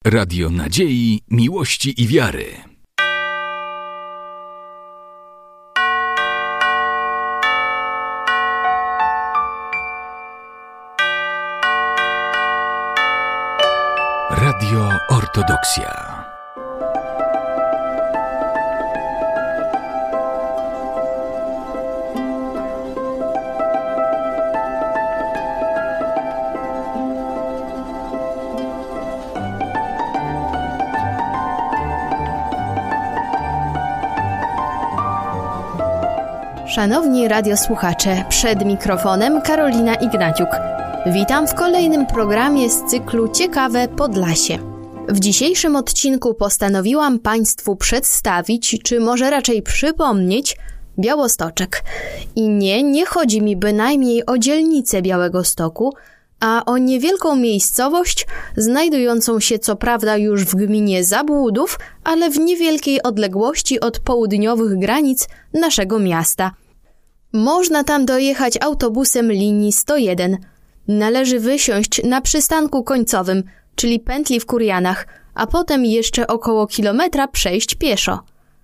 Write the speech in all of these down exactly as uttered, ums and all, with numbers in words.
Radio nadziei, miłości i wiary. Radio Ortodoksja. Szanowni radiosłuchacze, przed mikrofonem Karolina Ignaciuk. Witam w kolejnym programie z cyklu Ciekawe Podlasie. W dzisiejszym odcinku postanowiłam Państwu przedstawić, czy może raczej przypomnieć, Białostoczek. I nie, nie chodzi mi bynajmniej o dzielnicę Białegostoku, a o niewielką miejscowość znajdującą się co prawda już w gminie Zabłudów, ale w niewielkiej odległości od południowych granic naszego miasta. Można tam dojechać autobusem linii sto jeden. Należy wysiąść na przystanku końcowym, czyli pętli w Kurianach, a potem jeszcze około kilometra przejść pieszo.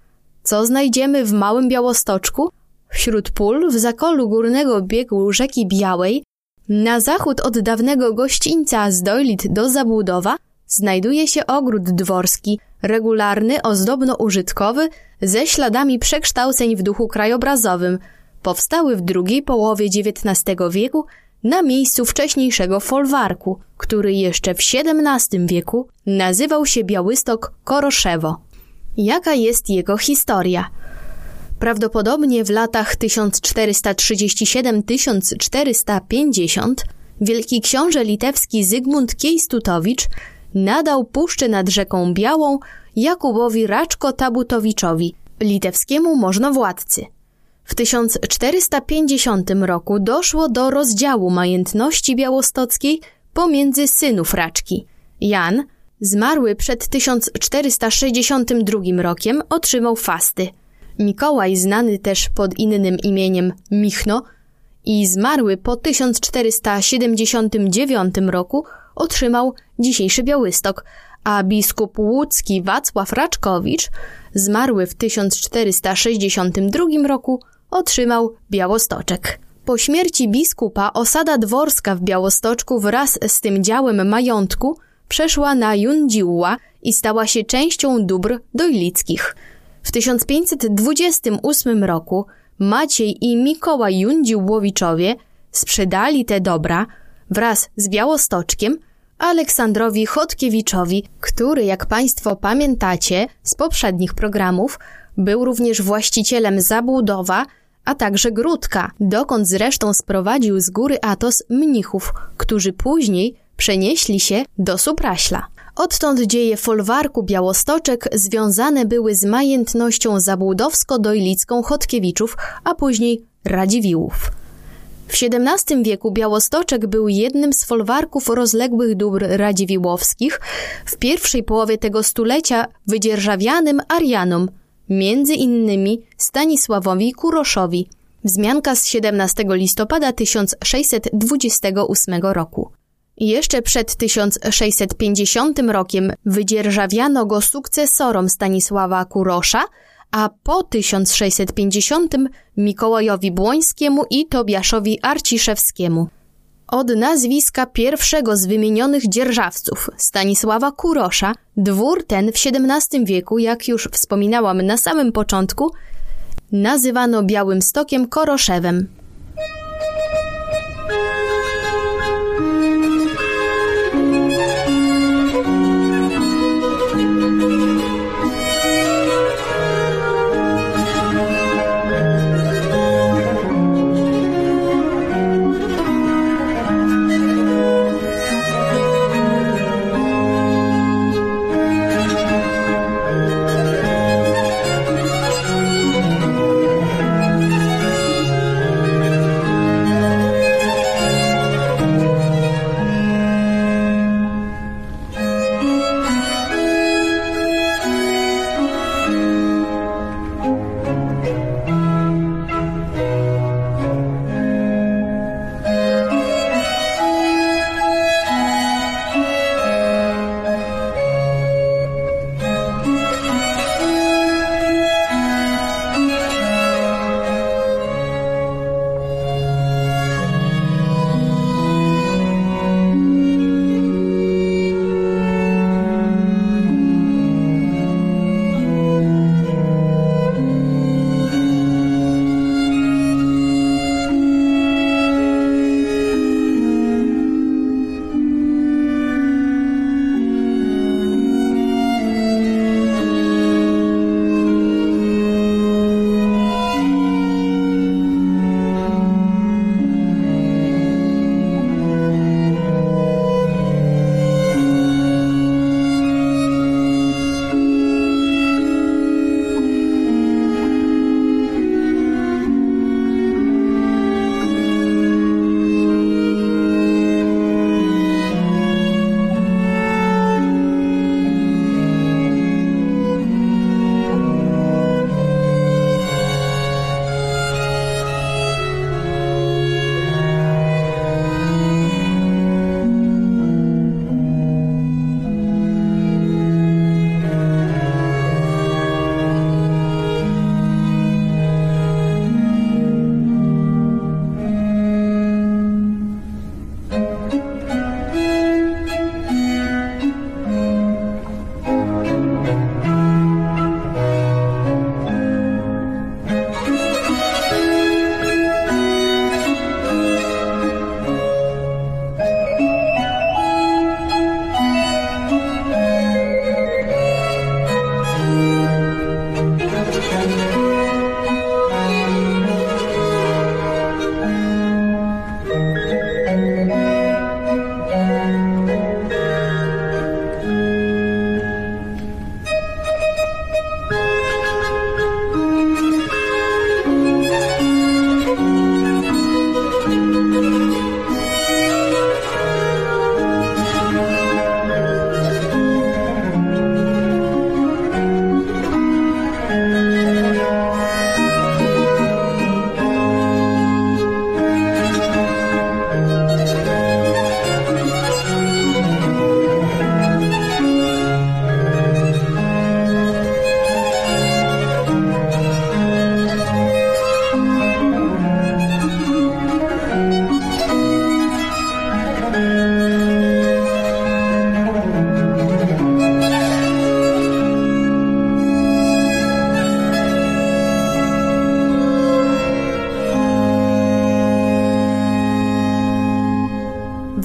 Co znajdziemy w Małym Białostoczku? Wśród pól, w zakolu górnego biegu rzeki Białej, na zachód od dawnego gościńca z Dojlit do Zabłudowa, znajduje się ogród dworski, regularny, ozdobno-użytkowy, ze śladami przekształceń w duchu krajobrazowym. Powstały w drugiej połowie dziewiętnastego wieku na miejscu wcześniejszego folwarku, który jeszcze w siedemnastym wieku nazywał się Białystok Koroszewo. Jaka jest jego historia? Prawdopodobnie w latach tysiąc czterysta trzydzieści siedem do tysiąc czterysta pięćdziesiąt wielki książę litewski Zygmunt Kiejstutowicz nadał puszczę nad rzeką Białą Jakubowi Raczko-Tabutowiczowi, litewskiemu możnowładcy. W tysiąc czterysta pięćdziesiątym roku doszło do rozdziału majętności białostockiej pomiędzy synów Raczki. Jan, zmarły przed tysiąc czterysta sześćdziesiątym drugim rokiem, otrzymał fasty. Mikołaj, znany też pod innym imieniem Michno i zmarły po tysiąc czterysta siedemdziesiątym dziewiątym roku, otrzymał dzisiejszy Białystok, a biskup łódzki Wacław Raczkowicz, zmarły w tysiąc czterysta sześćdziesiątym drugim roku, otrzymał Białostoczek. Po śmierci biskupa osada dworska w Białostoczku wraz z tym działem majątku przeszła na Jundziłła i stała się częścią dóbr dojlickich. W tysiąc pięćset dwudziestym ósmym roku Maciej i Mikołaj Jundziłłowiczowie sprzedali te dobra wraz z Białostoczkiem Aleksandrowi Chodkiewiczowi, który, jak Państwo pamiętacie z poprzednich programów, był również właścicielem Zabłudowa, a także Gródka, dokąd zresztą sprowadził z góry Atos mnichów, którzy później przenieśli się do Supraśla. Odtąd dzieje folwarku Białostoczek związane były z majętnością zabłudowsko-dojlicką Chodkiewiczów, a później Radziwiłłów. W siedemnastym wieku Białostoczek był jednym z folwarków rozległych dóbr radziwiłłowskich, w pierwszej połowie tego stulecia wydzierżawianym Arianom, między innymi Stanisławowi Kuroszowi. Wzmianka z siedemnastego listopada tysiąc sześćset dwudziestego ósmego roku. Jeszcze przed tysiąc sześćset pięćdziesiątym rokiem wydzierżawiano go sukcesorom Stanisława Kurosza, a po tysiąc sześćset pięćdziesiątym Mikołajowi Błońskiemu i Tobiaszowi Arciszewskiemu. Od nazwiska pierwszego z wymienionych dzierżawców, Stanisława Kurosza, dwór ten w siedemnastym wieku, jak już wspominałam na samym początku, nazywano Białymstokiem Koroszewem.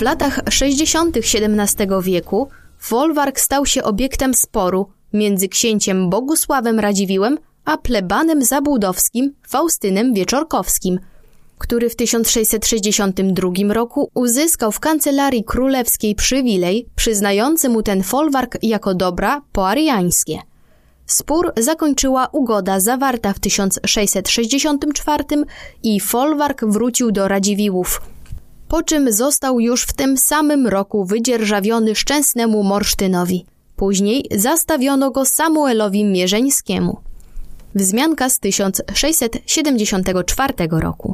latach sześćdziesiątych siedemnastego wieku folwark stał się obiektem sporu między księciem Bogusławem Radziwiłłem a plebanem zabudowskim Faustynem Wieczorkowskim, który w tysiąc sześćset sześćdziesiątym drugim roku uzyskał w kancelarii królewskiej przywilej przyznający mu ten folwark jako dobra poariańskie. Spór zakończyła ugoda zawarta w tysiąc sześćset sześćdziesiątym czwartym i folwark wrócił do Radziwiłłów, po czym został już w tym samym roku wydzierżawiony Szczęsnemu Morsztynowi. Później zastawiono go Samuelowi Mierzeńskiemu. Wzmianka z tysiąc sześćset siedemdziesiątego czwartego roku.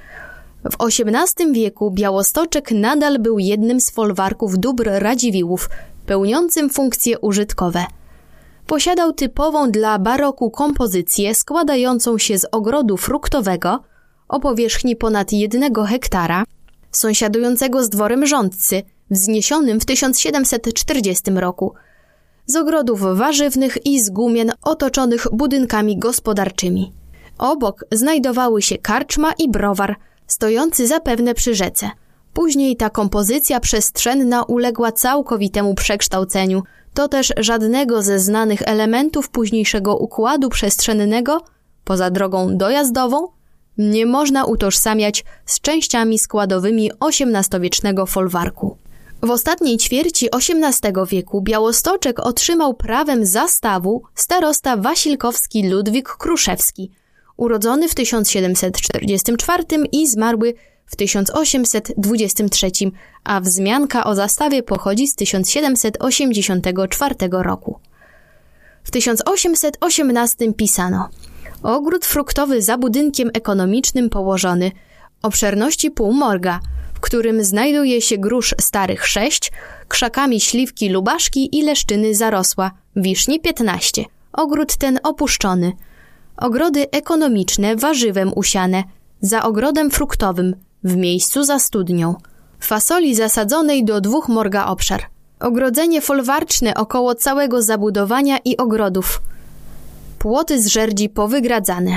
W osiemnastym wieku Białostoczek nadal był jednym z folwarków dóbr Radziwiłłów, pełniącym funkcje użytkowe. Posiadał typową dla baroku kompozycję składającą się z ogrodu fruktowego o powierzchni ponad jednego hektara, sąsiadującego z dworem rządcy, wzniesionym w tysiąc siedemset czterdziestym roku, z ogrodów warzywnych i z gumien otoczonych budynkami gospodarczymi. Obok znajdowały się karczma i browar, stojący zapewne przy rzece. Później ta kompozycja przestrzenna uległa całkowitemu przekształceniu. To też żadnego ze znanych elementów późniejszego układu przestrzennego, poza drogą dojazdową, nie można utożsamiać z częściami składowymi osiemnastowiecznego folwarku. W ostatniej ćwierci osiemnastego wieku Białostoczek otrzymał prawem zastawu starosta wasilkowski Ludwik Kruszewski, urodzony w tysiąc siedemset czterdziestym czwartym i zmarły w tysiąc osiemset dwudziestym trzecim, a wzmianka o zastawie pochodzi z tysiąc siedemset osiemdziesiątego czwartego roku. W tysiąc osiemset osiemnastym pisano: ogród fruktowy za budynkiem ekonomicznym położony, obszerności pół morga, w którym znajduje się grusz starych sześć, krzakami śliwki lubaszki i leszczyny zarosła, wisznie piętnaście. Ogród ten opuszczony. Ogrody ekonomiczne warzywem usiane, za ogrodem fruktowym, w miejscu za studnią. Fasoli zasadzonej do dwóch morga obszar. Ogrodzenie folwarczne około całego zabudowania i ogrodów. Płoty z żerdzi powygradzane.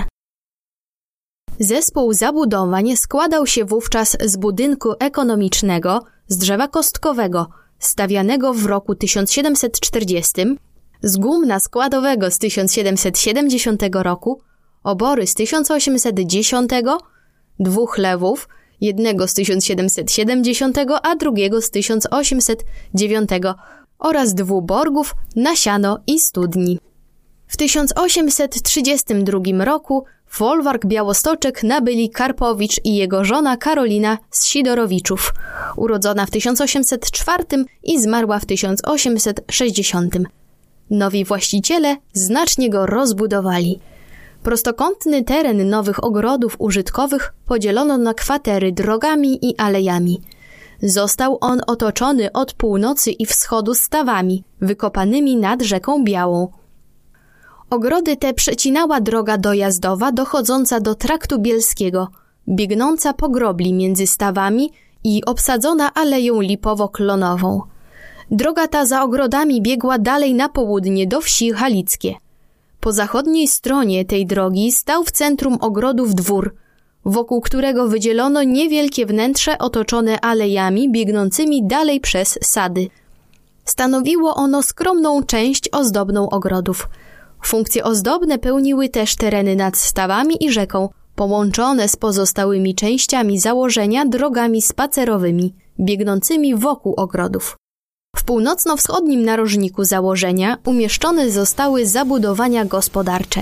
Zespół zabudowań składał się wówczas z budynku ekonomicznego, z drzewa kostkowego, stawianego w roku tysiąc siedemset czterdziestym, z gumna składowego z tysiąc siedemset siedemdziesiątego roku, obory z tysiąc osiemset dziesiątego, dwóch lewów, jednego z tysiąc siedemset siedemdziesiątego, a drugiego z tysiąc osiemset dziewiątego oraz dwóch borgów, nasiano i studni. W tysiąc osiemset trzydziestym drugim roku folwark Białostoczek nabyli Karpowicz i jego żona Karolina z Sidorowiczów, urodzona w tysiąc osiemset czwartym i zmarła w tysiąc osiemset sześćdziesiątym. Nowi właściciele znacznie go rozbudowali. Prostokątny teren nowych ogrodów użytkowych podzielono na kwatery drogami i alejami. Został on otoczony od północy i wschodu stawami, wykopanymi nad rzeką Białą. Ogrody te przecinała droga dojazdowa dochodząca do traktu bielskiego, biegnąca po grobli między stawami i obsadzona aleją lipowo-klonową. Droga ta za ogrodami biegła dalej na południe do wsi Halickie. Po zachodniej stronie tej drogi stał w centrum ogrodów dwór, wokół którego wydzielono niewielkie wnętrze otoczone alejami biegnącymi dalej przez sady. Stanowiło ono skromną część ozdobną ogrodów. Funkcje ozdobne pełniły też tereny nad stawami i rzeką, połączone z pozostałymi częściami założenia drogami spacerowymi, biegnącymi wokół ogrodów. W północno-wschodnim narożniku założenia umieszczone zostały zabudowania gospodarcze.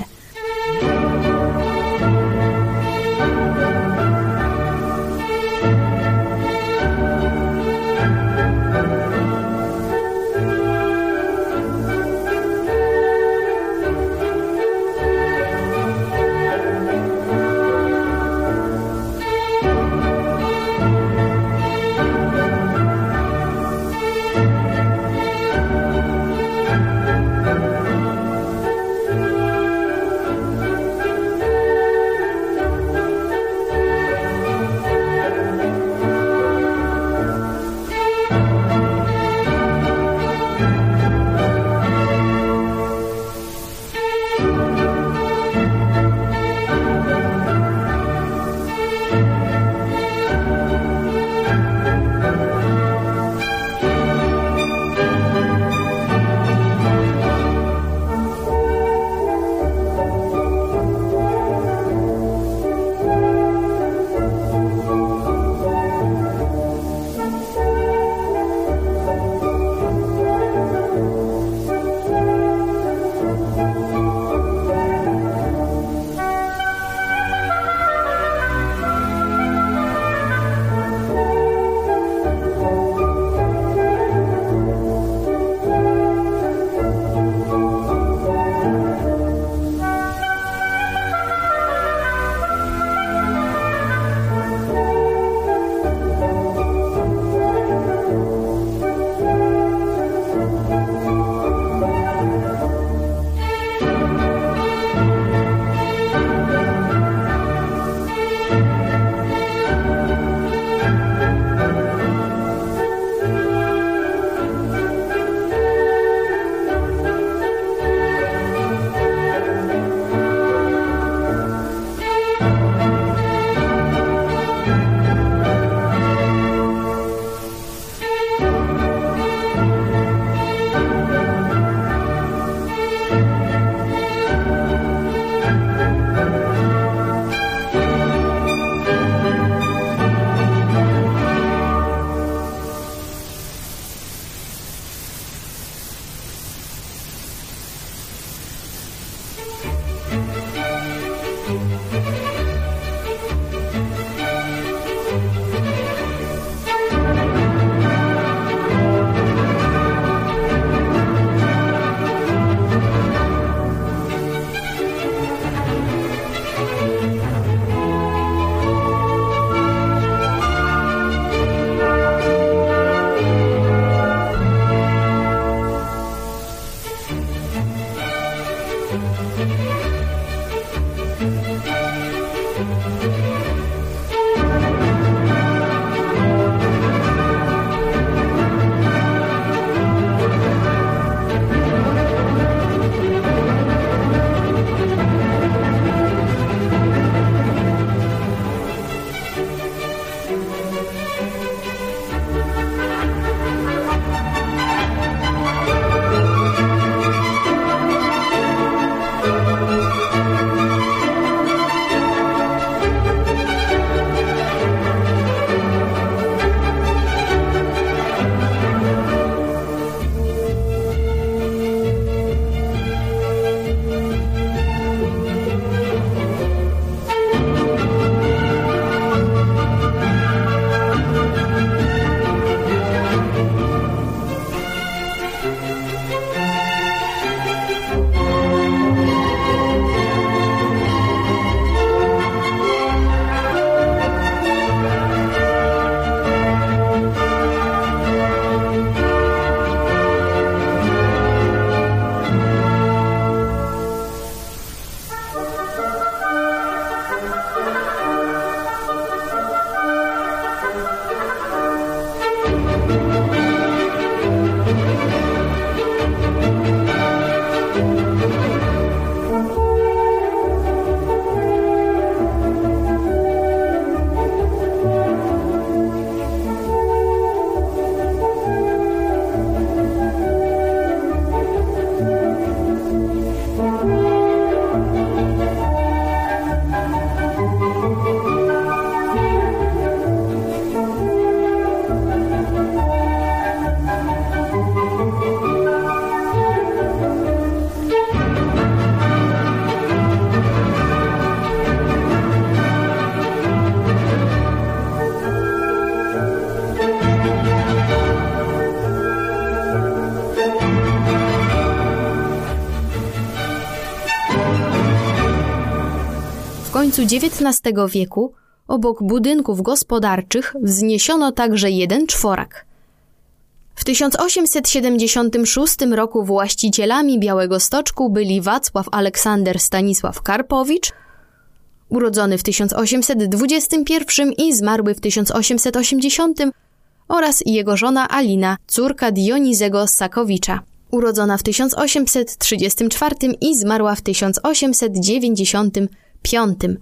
W końcu dziewiętnastego wieku obok budynków gospodarczych wzniesiono także jeden czworak. W tysiąc osiemset siedemdziesiątym szóstym roku właścicielami Białegostoczku byli Wacław Aleksander Stanisław Karpowicz, urodzony w tysiąc osiemset dwudziestym pierwszym i zmarły w tysiąc osiemset osiemdziesiątym, oraz jego żona Alina, córka Dionizego Ssakowicza, urodzona w tysiąc osiemset trzydziestym czwartym i zmarła w tysiąc osiemset dziewięćdziesiątym piątym.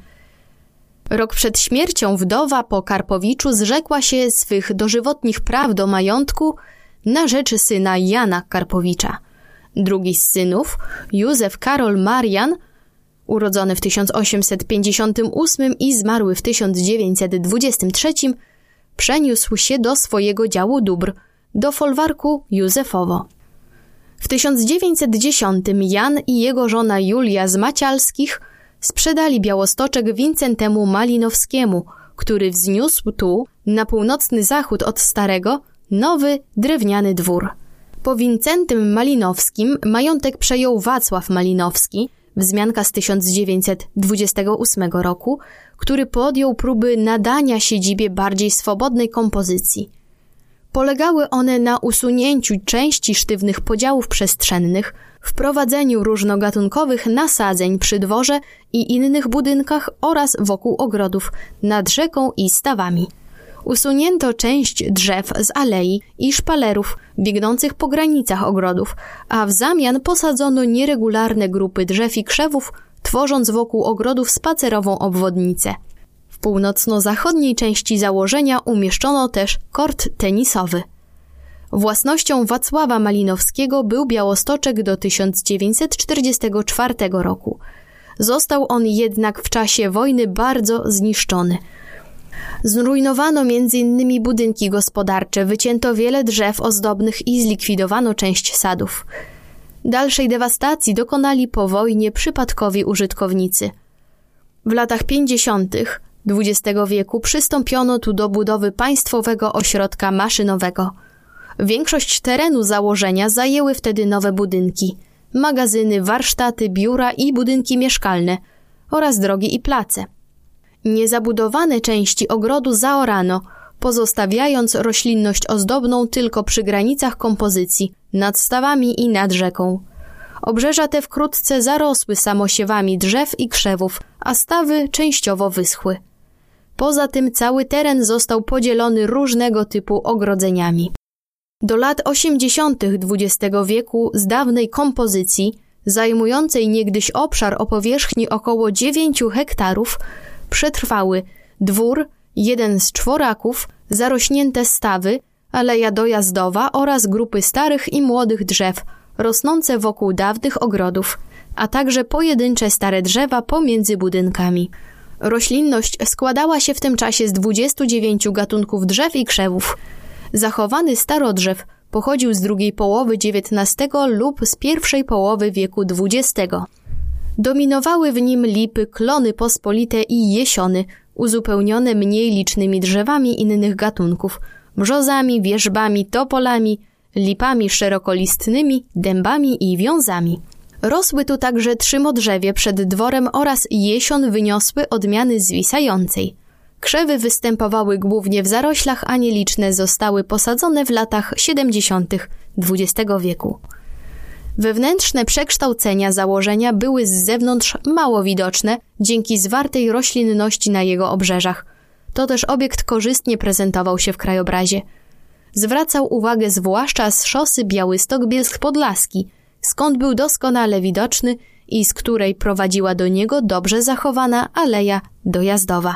Rok przed śmiercią wdowa po Karpowiczu zrzekła się swych dożywotnich praw do majątku na rzecz syna Jana Karpowicza. Drugi z synów, Józef Karol Marian, urodzony w tysiąc osiemset pięćdziesiątym ósmym i zmarły w tysiąc dziewięćset dwudziestym trzecim, przeniósł się do swojego działu dóbr, do folwarku Józefowo. W tysiąc dziewięćset dziesiątym Jan i jego żona Julia z Macialskich sprzedali Białostoczek Wincentemu Malinowskiemu, który wzniósł tu, na północny zachód od starego, nowy, drewniany dwór. Po Wincentym Malinowskim majątek przejął Wacław Malinowski, wzmianka z tysiąc dziewięćset dwudziestego ósmego roku, który podjął próby nadania siedzibie bardziej swobodnej kompozycji. Polegały one na usunięciu części sztywnych podziałów przestrzennych, wprowadzeniu różnogatunkowych nasadzeń przy dworze i innych budynkach oraz wokół ogrodów, nad rzeką i stawami. Usunięto część drzew z alei i szpalerów biegnących po granicach ogrodów, a w zamian posadzono nieregularne grupy drzew i krzewów, tworząc wokół ogrodów spacerową obwodnicę. W północno-zachodniej części założenia umieszczono też kort tenisowy. Własnością Wacława Malinowskiego był Białostoczek do tysiąc dziewięćset czterdziestego czwartego roku. Został on jednak w czasie wojny bardzo zniszczony. Zrujnowano między innymi budynki gospodarcze, wycięto wiele drzew ozdobnych i zlikwidowano część sadów. Dalszej dewastacji dokonali po wojnie przypadkowi użytkownicy. W latach pięćdziesiątych dwudziestego wieku przystąpiono tu do budowy państwowego ośrodka maszynowego. Większość terenu założenia zajęły wtedy nowe budynki, magazyny, warsztaty, biura i budynki mieszkalne oraz drogi i place. Niezabudowane części ogrodu zaorano, pozostawiając roślinność ozdobną tylko przy granicach kompozycji, nad stawami i nad rzeką. Obrzeża te wkrótce zarosły samosiewami drzew i krzewów, a stawy częściowo wyschły. Poza tym cały teren został podzielony różnego typu ogrodzeniami. Do lat osiemdziesiątych dwudziestego wieku z dawnej kompozycji, zajmującej niegdyś obszar o powierzchni około dziewięciu hektarów, przetrwały dwór, jeden z czworaków, zarośnięte stawy, aleja dojazdowa oraz grupy starych i młodych drzew rosnące wokół dawnych ogrodów, a także pojedyncze stare drzewa pomiędzy budynkami. Roślinność składała się w tym czasie z dwudziestu dziewięciu gatunków drzew i krzewów. Zachowany starodrzew pochodził z drugiej połowy dziewiętnastego lub z pierwszej połowy wieku dwudziestego. Dominowały w nim lipy, klony pospolite i jesiony, uzupełnione mniej licznymi drzewami innych gatunków, brzozami, wierzbami, topolami, lipami szerokolistnymi, dębami i wiązami. Rosły tu także trzymodrzewie przed dworem oraz jesion wyniosły odmiany zwisającej. Krzewy występowały głównie w zaroślach, a nieliczne zostały posadzone w latach siedemdziesiątych dwudziestego wieku. Wewnętrzne przekształcenia założenia były z zewnątrz mało widoczne dzięki zwartej roślinności na jego obrzeżach. To też obiekt korzystnie prezentował się w krajobrazie. Zwracał uwagę zwłaszcza z szosy Białystok-Bielsk Podlaski, skąd był doskonale widoczny i z której prowadziła do niego dobrze zachowana aleja dojazdowa.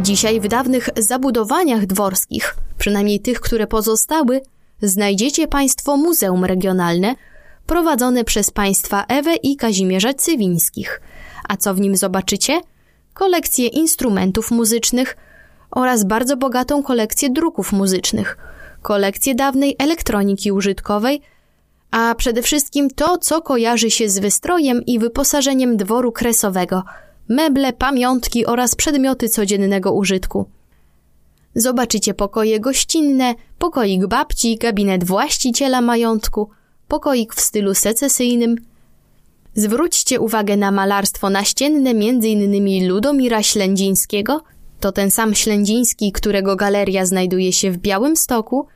Dzisiaj w dawnych zabudowaniach dworskich, przynajmniej tych, które pozostały, znajdziecie Państwo muzeum regionalne prowadzone przez państwa Ewę i Kazimierza Cywińskich. A co w nim zobaczycie? Kolekcję instrumentów muzycznych oraz bardzo bogatą kolekcję druków muzycznych, kolekcję dawnej elektroniki użytkowej, a przede wszystkim to, co kojarzy się z wystrojem i wyposażeniem dworu kresowego, meble, pamiątki oraz przedmioty codziennego użytku. Zobaczycie pokoje gościnne, pokoik babci, gabinet właściciela majątku, pokoik w stylu secesyjnym. Zwróćcie uwagę na malarstwo naścienne między innymi Ludomira Ślędzińskiego, to ten sam Ślędziński, którego galeria znajduje się w Białymstoku.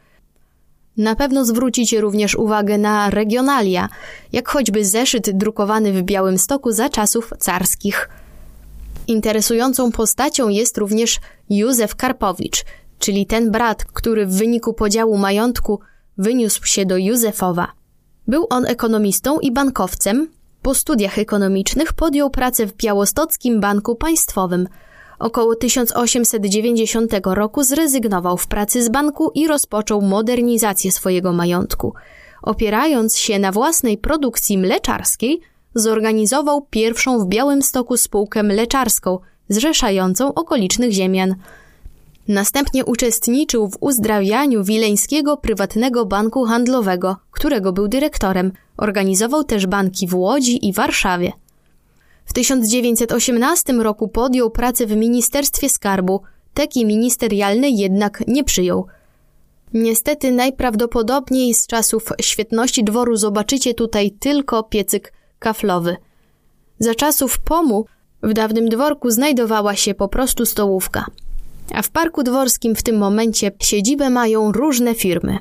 Na pewno zwrócicie również uwagę na regionalia, jak choćby zeszyt drukowany w Białymstoku za czasów carskich. Interesującą postacią jest również Józef Karpowicz, czyli ten brat, który w wyniku podziału majątku wyniósł się do Józefowa. Był on ekonomistą i bankowcem. Po studiach ekonomicznych podjął pracę w Białostockim Banku Państwowym. Około tysiąc osiemset dziewięćdziesiątego roku zrezygnował w pracy z banku i rozpoczął modernizację swojego majątku. Opierając się na własnej produkcji mleczarskiej, zorganizował pierwszą w Białymstoku spółkę mleczarską, zrzeszającą okolicznych ziemian. Następnie uczestniczył w uzdrawianiu Wileńskiego Prywatnego Banku Handlowego, którego był dyrektorem. Organizował też banki w Łodzi i Warszawie. W tysiąc dziewięćset osiemnastym roku podjął pracę w Ministerstwie Skarbu. Teki ministerialne jednak nie przyjął. Niestety najprawdopodobniej z czasów świetności dworu zobaczycie tutaj tylko piecyk kaflowy. Za czasów P O M-u w dawnym dworku znajdowała się po prostu stołówka. A w parku dworskim w tym momencie siedzibę mają różne firmy.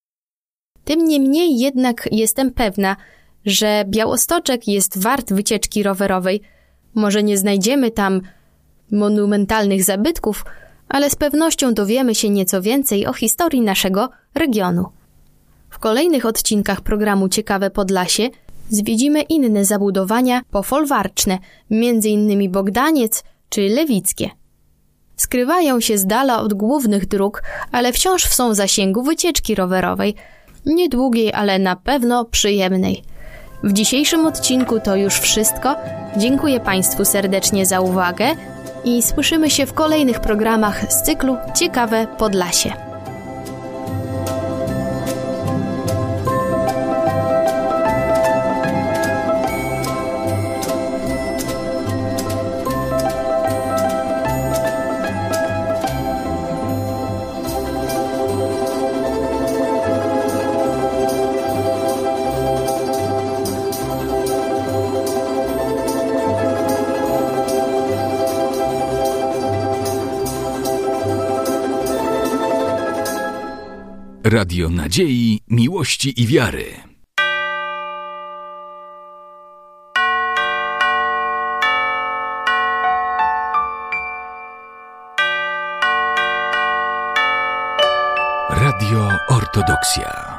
Tym niemniej jednak jestem pewna, że Białostoczek jest wart wycieczki rowerowej. Może nie znajdziemy tam monumentalnych zabytków, ale z pewnością dowiemy się nieco więcej o historii naszego regionu. W kolejnych odcinkach programu Ciekawe Podlasie zwiedzimy inne zabudowania pofolwarczne, między innymi Bogdaniec czy Lewickie. Skrywają się z dala od głównych dróg, ale wciąż są w zasięgu wycieczki rowerowej, niedługiej, ale na pewno przyjemnej. W dzisiejszym odcinku to już wszystko. Dziękuję Państwu serdecznie za uwagę i słyszymy się w kolejnych programach z cyklu Ciekawe Podlasie. Radio Nadziei, Miłości i Wiary. Radio Ortodoksja.